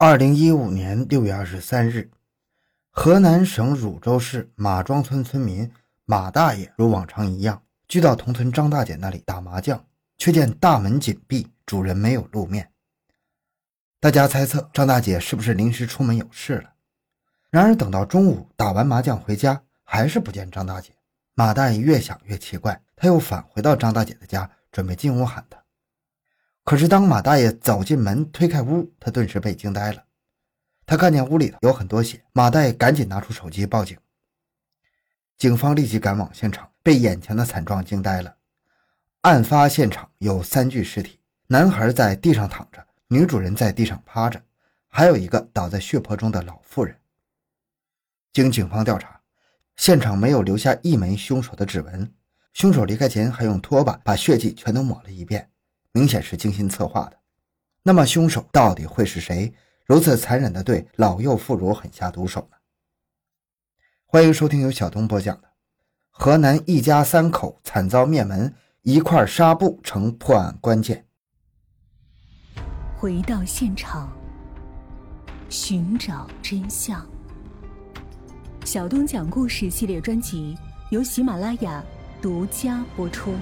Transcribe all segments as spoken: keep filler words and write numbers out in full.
二零一五年六月二十三日，河南省汝州市马庄村村民马大爷如往常一样聚到同村张大姐那里打麻将，却见大门紧闭，主人没有露面。大家猜测张大姐是不是临时出门有事了。然而等到中午打完麻将回家，还是不见张大姐。马大爷越想越奇怪，他又返回到张大姐的家，准备进屋喊她。可是当马大爷走进门推开屋，他顿时被惊呆了。他看见屋里头有很多血，马大爷赶紧拿出手机报警。警方立即赶往现场，被眼前的惨状惊呆了。案发现场有三具尸体，男孩在地上躺着，女主人在地上趴着，还有一个倒在血泊中的老妇人。经警方调查，现场没有留下一枚凶手的指纹，凶手离开前还用拖把把血迹全都抹了一遍，明显是精心策划的。那么凶手到底会是谁，如此残忍地对老幼妇孺狠下毒手呢？欢迎收听由小东播讲的河南一家三口惨遭灭门，一块纱布成破案关键。 回到现场，寻找真相。小东讲故事系列专辑由喜马拉雅独家播出。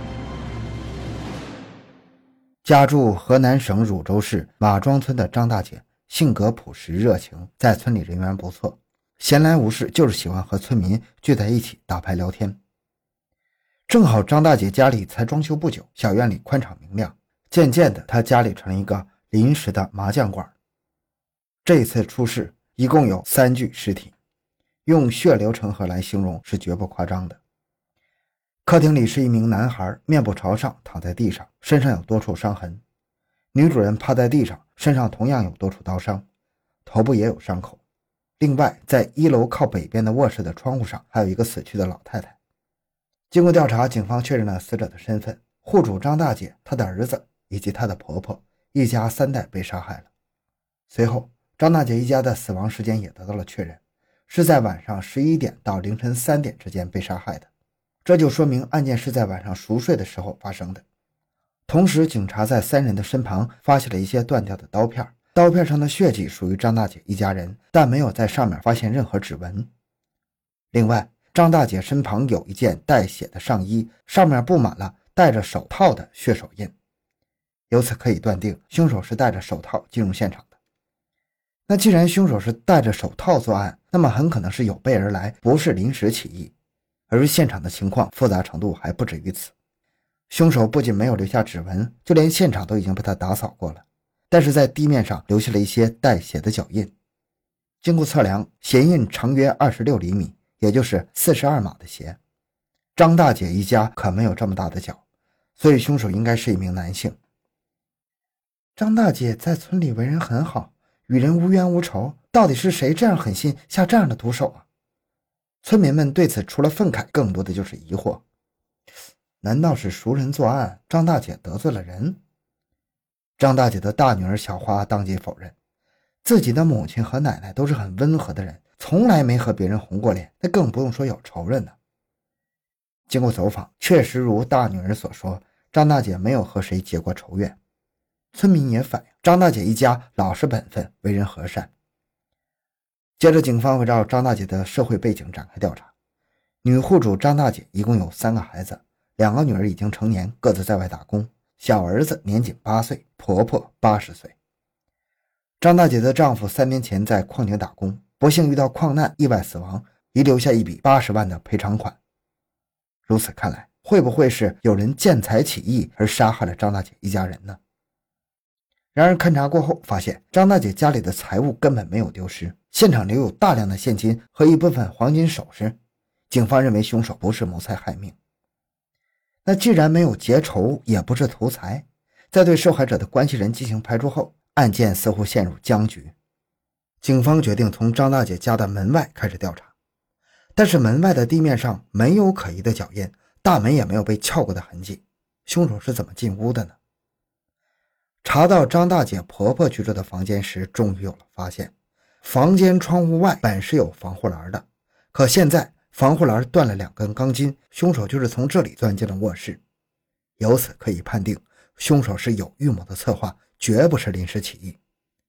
家住河南省汝州市马庄村的张大姐性格朴实热情，在村里人缘不错，闲来无事就是喜欢和村民聚在一起打牌聊天。正好张大姐家里才装修不久，小院里宽敞明亮，渐渐的她家里成了一个临时的麻将馆。这次出事一共有三具尸体，用血流成河来形容是绝不夸张的。客厅里是一名男孩，面部朝上躺在地上，身上有多处伤痕。女主人趴在地上，身上同样有多处刀伤，头部也有伤口。另外在一楼靠北边的卧室的窗户上还有一个死去的老太太。经过调查，警方确认了死者的身份，户主张大姐、她的儿子以及她的婆婆，一家三代被杀害了。随后张大姐一家的死亡时间也得到了确认，是在晚上十一点到凌晨三点之间被杀害的，这就说明案件是在晚上熟睡的时候发生的。同时警察在三人的身旁发现了一些断掉的刀片，刀片上的血迹属于张大姐一家人，但没有在上面发现任何指纹。另外张大姐身旁有一件带血的上衣，上面布满了戴着手套的血手印，由此可以断定凶手是戴着手套进入现场的。那既然凶手是戴着手套作案，那么很可能是有备而来，不是临时起意。而现场的情况复杂程度还不止于此，凶手不仅没有留下指纹，就连现场都已经被他打扫过了，但是在地面上留下了一些带血的脚印。经过测量，鞋印长约二十六厘米，也就是四十二码的鞋。张大姐一家可没有这么大的脚，所以凶手应该是一名男性。张大姐在村里为人很好，与人无冤无仇，到底是谁这样狠心下这样的毒手啊？村民们对此除了愤慨，更多的就是疑惑。难道是熟人作案，张大姐得罪了人？张大姐的大女儿小花当即否认，自己的母亲和奶奶都是很温和的人，从来没和别人红过脸，那更不用说有仇人呢。经过走访，确实如大女儿所说，张大姐没有和谁结过仇怨。村民也反映，张大姐一家老实本分，为人和善。接着警方围绕张大姐的社会背景展开调查。女户主张大姐一共有三个孩子，两个女儿已经成年，各自在外打工，小儿子年仅八岁，婆婆八十岁。张大姐的丈夫三年前在矿井打工，不幸遇到矿难意外死亡，遗留下一笔八十万的赔偿款。如此看来，会不会是有人见财起意而杀害了张大姐一家人呢？然而勘查过后发现，张大姐家里的财物根本没有丢失，现场留有大量的现金和一部分黄金首饰，警方认为凶手不是谋财害命。那既然没有结仇，也不是图财，在对受害者的关系人进行排除后，案件似乎陷入僵局。警方决定从张大姐家的门外开始调查，但是门外的地面上没有可疑的脚印，大门也没有被撬过的痕迹，凶手是怎么进屋的呢？查到张大姐婆婆居住的房间时，终于有了发现。房间窗户外本是有防护栏的，可现在防护栏断了两根钢筋，凶手就是从这里钻进了卧室。由此可以判定，凶手是有预谋的策划，绝不是临时起意。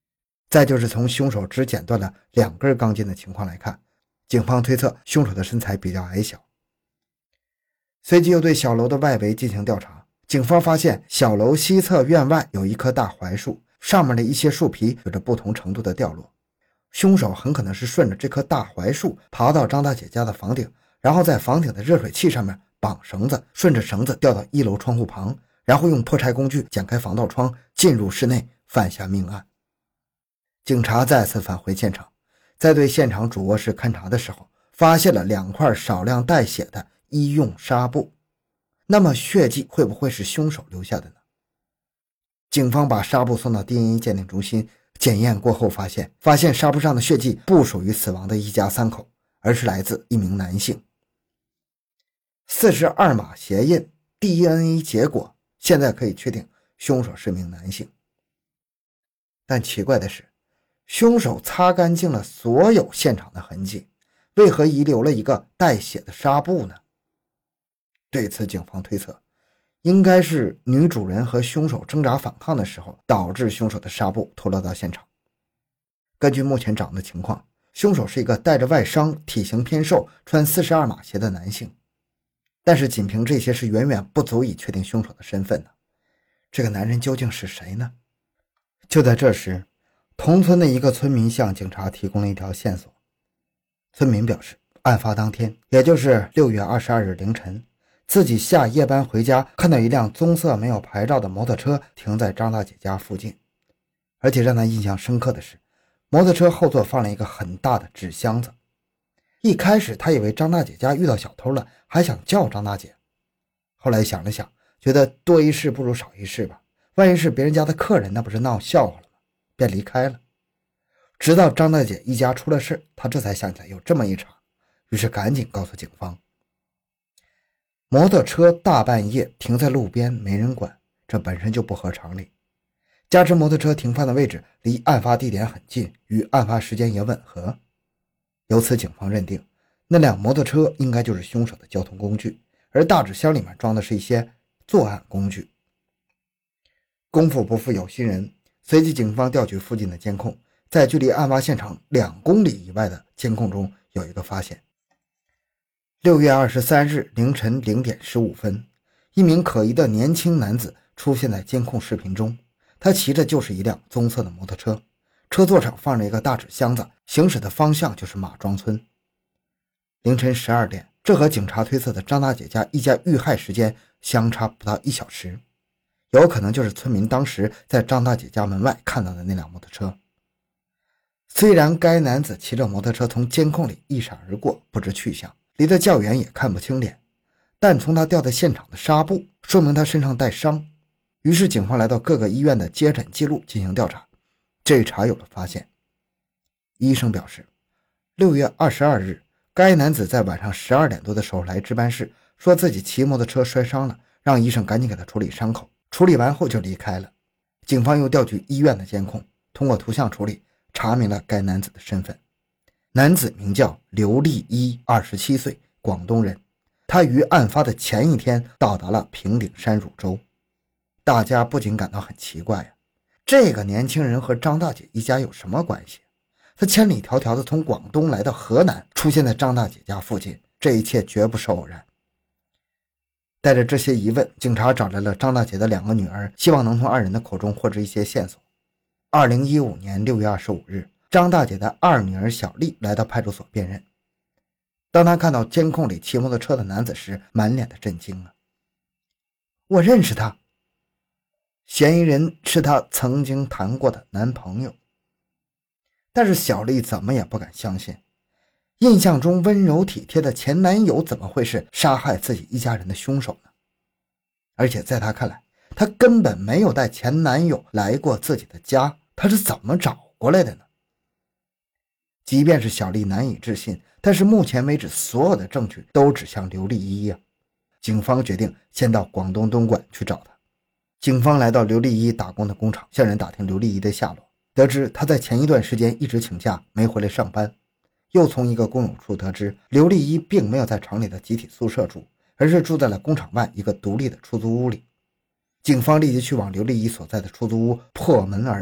再就是从凶手只剪断了两根钢筋的情况来看，警方推测凶手的身材比较矮小。随即又对小楼的外围进行调查，警方发现小楼西侧院外有一棵大槐树，上面的一些树皮有着不同程度的掉落。凶手很可能是顺着这棵大槐树爬到张大姐家的房顶，然后在房顶的热水器上面绑绳子，顺着绳子掉到一楼窗户旁，然后用破拆工具剪开防盗窗，进入室内犯下命案。警察再次返回现场，在对现场主卧室勘查的时候，发现了两块少量带血的医用纱布。那么血迹会不会是凶手留下的呢？警方把纱布送到 D N A 鉴定中心检验过后，发现发现纱布上的血迹不属于死亡的一家三口，而是来自一名男性。四十二码鞋印 D N A 结果现在可以确定凶手是名男性。但奇怪的是，凶手擦干净了所有现场的痕迹，为何遗留了一个带血的纱布呢？对此警方推测，应该是女主人和凶手挣扎反抗的时候，导致凶手的纱布脱落到现场。根据目前掌握的情况，凶手是一个带着外伤、体型偏瘦、穿四十二码鞋的男性。但是仅凭这些是远远不足以确定凶手的身份的。这个男人究竟是谁呢？就在这时，同村的一个村民向警察提供了一条线索。村民表示，案发当天，也就是六月二十二日凌晨，自己下夜班回家，看到一辆棕色没有牌照的摩托车停在张大姐家附近。而且让他印象深刻的是，摩托车后座放了一个很大的纸箱子。一开始他以为张大姐家遇到小偷了，还想叫张大姐。后来想了想，觉得多一事不如少一事吧，万一是别人家的客人，那不是闹笑话了吗？便离开了。直到张大姐一家出了事，他这才想起来有这么一茬，于是赶紧告诉警方。摩托车大半夜停在路边没人管，这本身就不合常理。加之摩托车停放的位置离案发地点很近，与案发时间也吻合。由此警方认定，那辆摩托车应该就是凶手的交通工具，而大纸箱里面装的是一些作案工具。功夫不负有心人，随即警方调取附近的监控，在距离案发现场两公里以外的监控中有一个发现。六月二十三日凌晨零点十五分，一名可疑的年轻男子出现在监控视频中，他骑着就是一辆棕色的摩托车，车座上放着一个大纸箱子，行驶的方向就是马庄村。凌晨十二点，这和警察推测的张大姐家一家遇害时间相差不到一小时，有可能就是村民当时在张大姐家门外看到的那辆摩托车。虽然该男子骑着摩托车从监控里一闪而过，不知去向，离得较远也看不清脸，但从他掉在现场的纱布说明他身上带伤。于是警方来到各个医院的接诊记录进行调查，这一查有了发现。医生表示，六月二十二日，该男子在晚上十二点多的时候来值班室，说自己骑摩托车摔伤了，让医生赶紧给他处理伤口，处理完后就离开了。警方又调取医院的监控，通过图像处理查明了该男子的身份。男子名叫刘立一，二十七岁，广东人。他于案发的前一天到达了平顶山汝州。大家不仅感到很奇怪呀，这个年轻人和张大姐一家有什么关系？他千里迢迢的从广东来到河南，出现在张大姐家附近，这一切绝不是偶然。带着这些疑问，警察找来了张大姐的两个女儿，希望能从二人的口中获知一些线索。二零一五年六月二十五日，张大姐的二女儿小丽来到派出所辨认。当她看到监控里骑摩托车的男子时，满脸的震惊啊！我认识他，嫌疑人是她曾经谈过的男朋友。但是小丽怎么也不敢相信，印象中温柔体贴的前男友怎么会是杀害自己一家人的凶手呢？而且在她看来，她根本没有带前男友来过自己的家，她是怎么找过来的呢？即便是小丽难以置信，但是目前为止所有的证据都指向刘立一啊。警方决定先到广东东莞去找他。警方来到刘立一打工的工厂，向人打听刘立一的下落，得知他在前一段时间一直请假没回来上班。又从一个工友处得知，刘立一并没有在厂里的集体宿舍住，而是住在了工厂外一个独立的出租屋里。警方立即去往刘立一所在的出租屋，破门而入，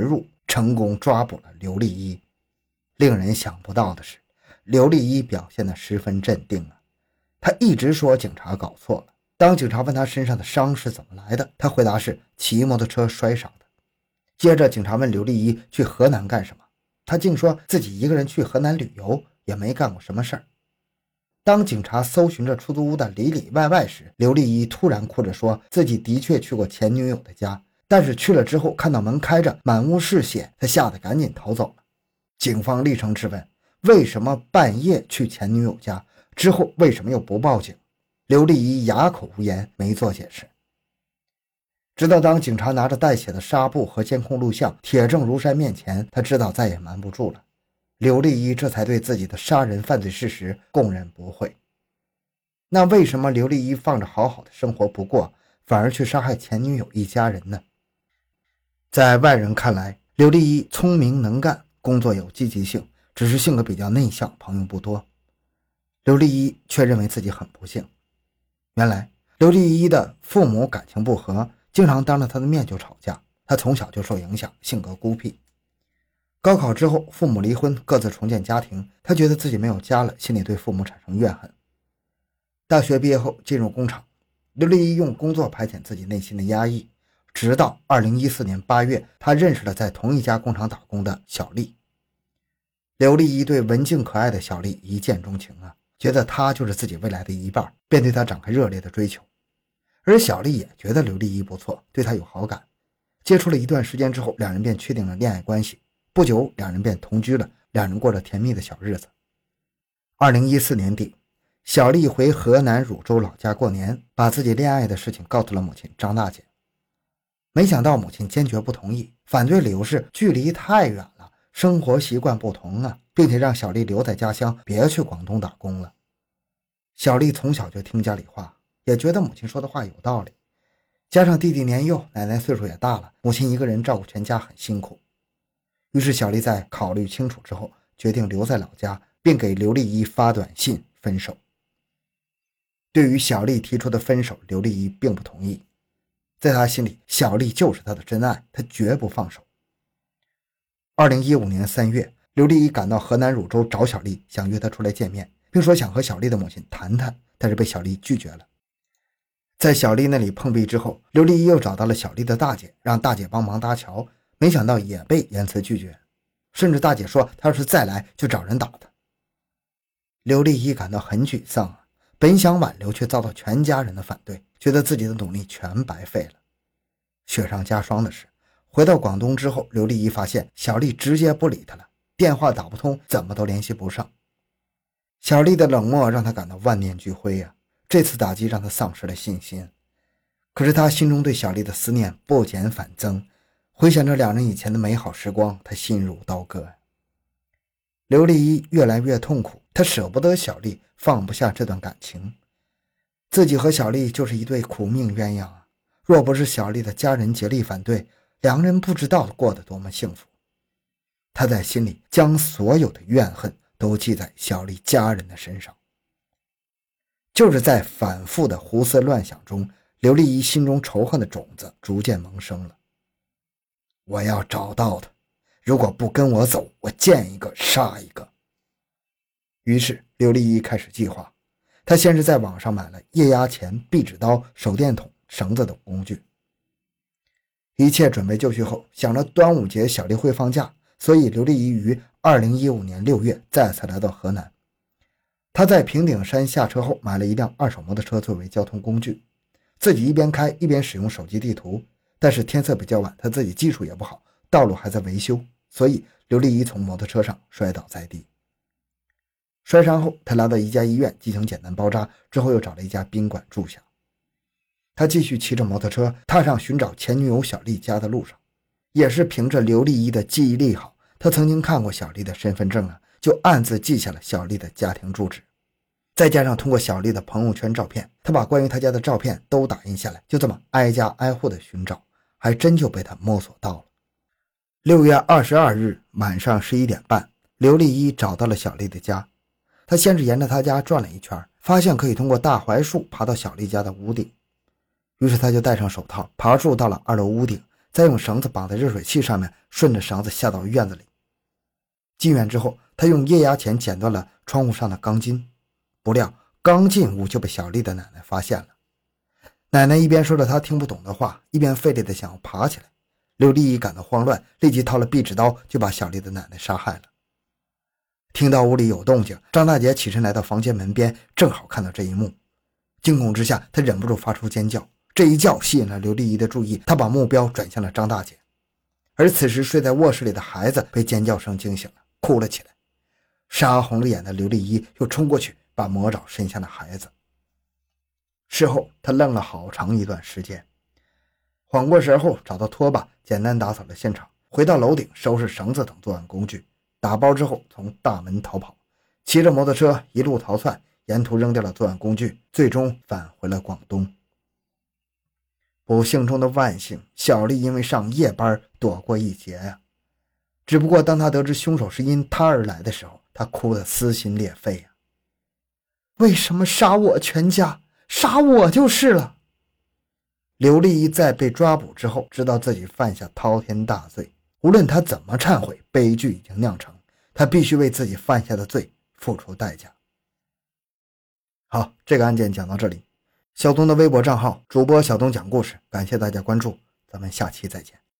成功抓捕了刘丽一。令人想不到的是，刘丽一表现得十分镇定啊。他一直说警察搞错了。当警察问他身上的伤是怎么来的，他回答是骑摩托车摔伤的。接着警察问刘丽一去河南干什么，他竟说自己一个人去河南旅游，也没干过什么事儿。当警察搜寻着出租屋的里里外外时，刘丽一突然哭着说自己的确去过前女友的家，但是去了之后看到门开着，满屋是血，他吓得赶紧逃走了。警方立刻质问为什么半夜去前女友家，之后为什么又不报警。刘丽一哑口无言，没做解释。直到当警察拿着带血的纱布和监控录像铁证如山面前，他知道再也瞒不住了。刘丽一这才对自己的杀人犯罪事实供认不讳。那为什么刘丽一放着好好的生活不过，反而去杀害前女友一家人呢？在外人看来，刘丽一聪明能干，工作有积极性，只是性格比较内向，朋友不多。刘丽一却认为自己很不幸。原来刘丽一的父母感情不和，经常当着他的面就吵架，他从小就受影响，性格孤僻。高考之后父母离婚，各自重建家庭，他觉得自己没有家了，心里对父母产生怨恨。大学毕业后进入工厂，刘丽一用工作排遣自己内心的压抑，直到二零一四年八月，他认识了在同一家工厂打工的小丽。刘丽一对文静可爱的小丽一见钟情啊，觉得她就是自己未来的一半，便对她展开热烈的追求。而小丽也觉得刘丽一不错，对她有好感。接触了一段时间之后，两人便确定了恋爱关系。不久两人便同居了，两人过着甜蜜的小日子。二零一四年底，小丽回河南汝州老家过年，把自己恋爱的事情告诉了母亲张大姐。没想到母亲坚决不同意，反对理由是距离太远了，生活习惯不同啊，并且让小丽留在家乡，别去广东打工了。小丽从小就听家里话，也觉得母亲说的话有道理，加上弟弟年幼，奶奶岁数也大了，母亲一个人照顾全家很辛苦。于是小丽在考虑清楚之后，决定留在老家，并给刘丽一发短信分手。对于小丽提出的分手，刘丽一并不同意。在他心里，小丽就是他的真爱，他绝不放手。二零一五年三月，刘丽一赶到河南汝州找小丽，想约她出来见面，并说想和小丽的母亲谈谈，但是被小丽拒绝了。在小丽那里碰壁之后，刘丽一又找到了小丽的大姐，让大姐帮忙搭桥，没想到也被严词拒绝，甚至大姐说她要是再来就找人打她。刘丽一感到很沮丧啊，本想挽留，却遭到全家人的反对，觉得自己的努力全白费了。雪上加霜的是，回到广东之后，刘丽一发现小丽直接不理她了，电话打不通，怎么都联系不上。小丽的冷漠让她感到万念俱灰啊，这次打击让她丧失了信心。可是她心中对小丽的思念不减反增，回想着两人以前的美好时光，她心如刀割。刘丽一越来越痛苦，她舍不得小丽，放不下这段感情。自己和小丽就是一对苦命鸳鸯啊，若不是小丽的家人竭力反对，两人不知道过得多么幸福。她在心里将所有的怨恨都记在小丽家人的身上。就是在反复的胡思乱想中，刘丽一心中仇恨的种子逐渐萌生了。我要找到他，如果不跟我走，我见一个杀一个。于是刘丽一开始计划，他先是在网上买了液压钳、壁纸刀、手电筒、绳子等工具。一切准备就绪后，想着端午节小丽会放假，所以刘丽一于二零一五年六月再次来到河南。他在平顶山下车后，买了一辆二手摩托车作为交通工具，自己一边开一边使用手机地图。但是天色比较晚，他自己技术也不好，道路还在维修，所以刘丽一从摩托车上摔倒在地。摔伤后，他来到一家医院进行简单包扎，之后又找了一家宾馆住下。他继续骑着摩托车踏上寻找前女友小丽家的路上。也是凭着刘丽一的记忆力好，他曾经看过小丽的身份证啊，就暗自记下了小丽的家庭住址。再加上通过小丽的朋友圈照片，他把关于他家的照片都打印下来，就这么挨家挨户的寻找，还真就被他摸索到了。六月二十二日晚上十一点半，刘丽一找到了小丽的家。他先是沿着他家转了一圈，发现可以通过大槐树爬到小丽家的屋顶。于是他就戴上手套，爬树到了二楼屋顶， 再用绳子绑在热水器上面，顺着绳子下到院子里。进院之后，他用液压钳剪断了窗户上的钢筋，不料刚进屋就被小丽的奶奶发现了。奶奶一边说着她听不懂的话，一边费力的想要爬起来。刘丽姨感到慌乱，立即掏了壁纸刀，就把小丽的奶奶杀害了。听到屋里有动静，张大姐起身来到房间门边，正好看到这一幕。惊恐之下，她忍不住发出尖叫。这一叫吸引了刘丽姨的注意，她把目标转向了张大姐。而此时睡在卧室里的孩子被尖叫声惊醒了，哭了起来。杀红了眼的刘丽姨又冲过去，把魔爪伸向了孩子。事后她愣了好长一段时间，缓过神后找到拖把，简单打扫了现场，回到楼顶收拾绳子等作案工具，打包之后从大门逃跑，骑着摩托车一路逃窜，沿途扔掉了作案工具，最终返回了广东。不幸中的万幸，小丽因为上夜班躲过一劫呀、啊。只不过当她得知凶手是因她而来的时候，她哭得撕心裂肺呀、啊！为什么杀我全家？杀我就是了。刘丽姨在被抓捕之后，知道自己犯下滔天大罪，无论她怎么忏悔，悲剧已经酿成，她必须为自己犯下的罪付出代价。好，这个案件讲到这里。小东的微博账号主播小东讲故事，感谢大家关注，咱们下期再见。